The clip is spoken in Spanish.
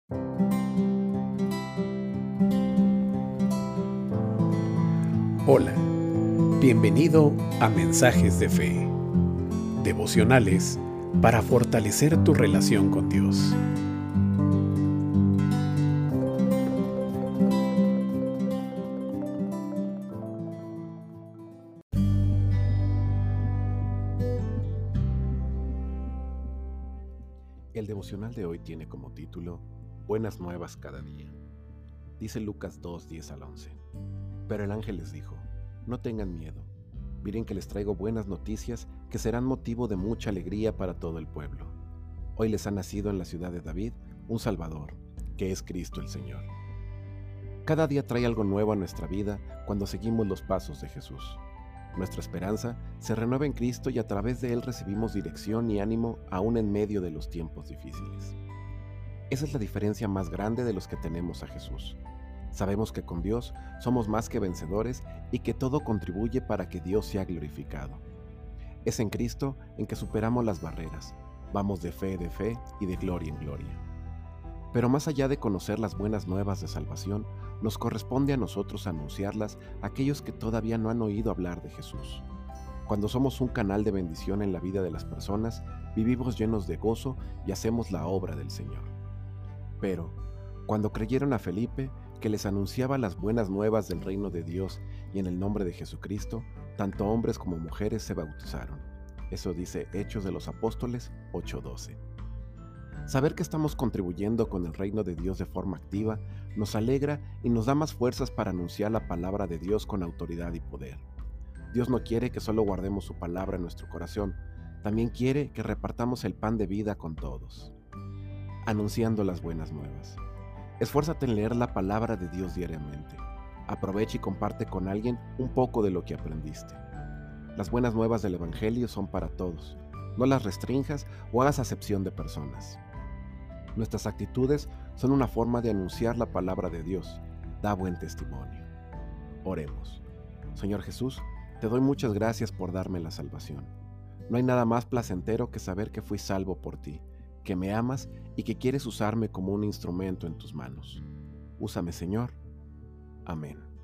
Hola, bienvenido a Mensajes de Fe, devocionales para fortalecer tu relación con Dios. El devocional de hoy tiene como título Buenas nuevas cada día. Dice Lucas 2, 10 al 11. Pero el ángel les dijo: no tengan miedo, miren que les traigo buenas noticias que serán motivo de mucha alegría para todo el pueblo. Hoy les ha nacido en la ciudad de David un Salvador, que es Cristo el Señor. Cada día trae algo nuevo a nuestra vida cuando seguimos los pasos de Jesús. Nuestra esperanza se renueva en Cristo y a través de Él recibimos dirección y ánimo aún en medio de los tiempos difíciles. Esa es la diferencia más grande de los que tenemos a Jesús. Sabemos que con Dios somos más que vencedores y que todo contribuye para que Dios sea glorificado. Es en Cristo en que superamos las barreras, vamos de fe y de gloria en gloria. Pero más allá de conocer las buenas nuevas de salvación, nos corresponde a nosotros anunciarlas a aquellos que todavía no han oído hablar de Jesús. Cuando somos un canal de bendición en la vida de las personas, vivimos llenos de gozo y hacemos la obra del Señor. Pero, cuando creyeron a Felipe, que les anunciaba las buenas nuevas del reino de Dios y en el nombre de Jesucristo, tanto hombres como mujeres se bautizaron. Eso dice Hechos de los Apóstoles 8:12. Saber que estamos contribuyendo con el reino de Dios de forma activa nos alegra y nos da más fuerzas para anunciar la palabra de Dios con autoridad y poder. Dios no quiere que solo guardemos su palabra en nuestro corazón, también quiere que repartamos el pan de vida con todos. Anunciando las buenas nuevas. Esfuérzate en leer la palabra de Dios diariamente. Aprovecha y comparte con alguien un poco de lo que aprendiste. Las buenas nuevas del Evangelio son para todos. No las restrinjas o hagas acepción de personas. Nuestras actitudes son una forma de anunciar la palabra de Dios. Da buen testimonio. Oremos. Señor Jesús, te doy muchas gracias por darme la salvación. No hay nada más placentero que saber que fui salvo por ti, que me amas y que quieres usarme como un instrumento en tus manos. Úsame, Señor. Amén.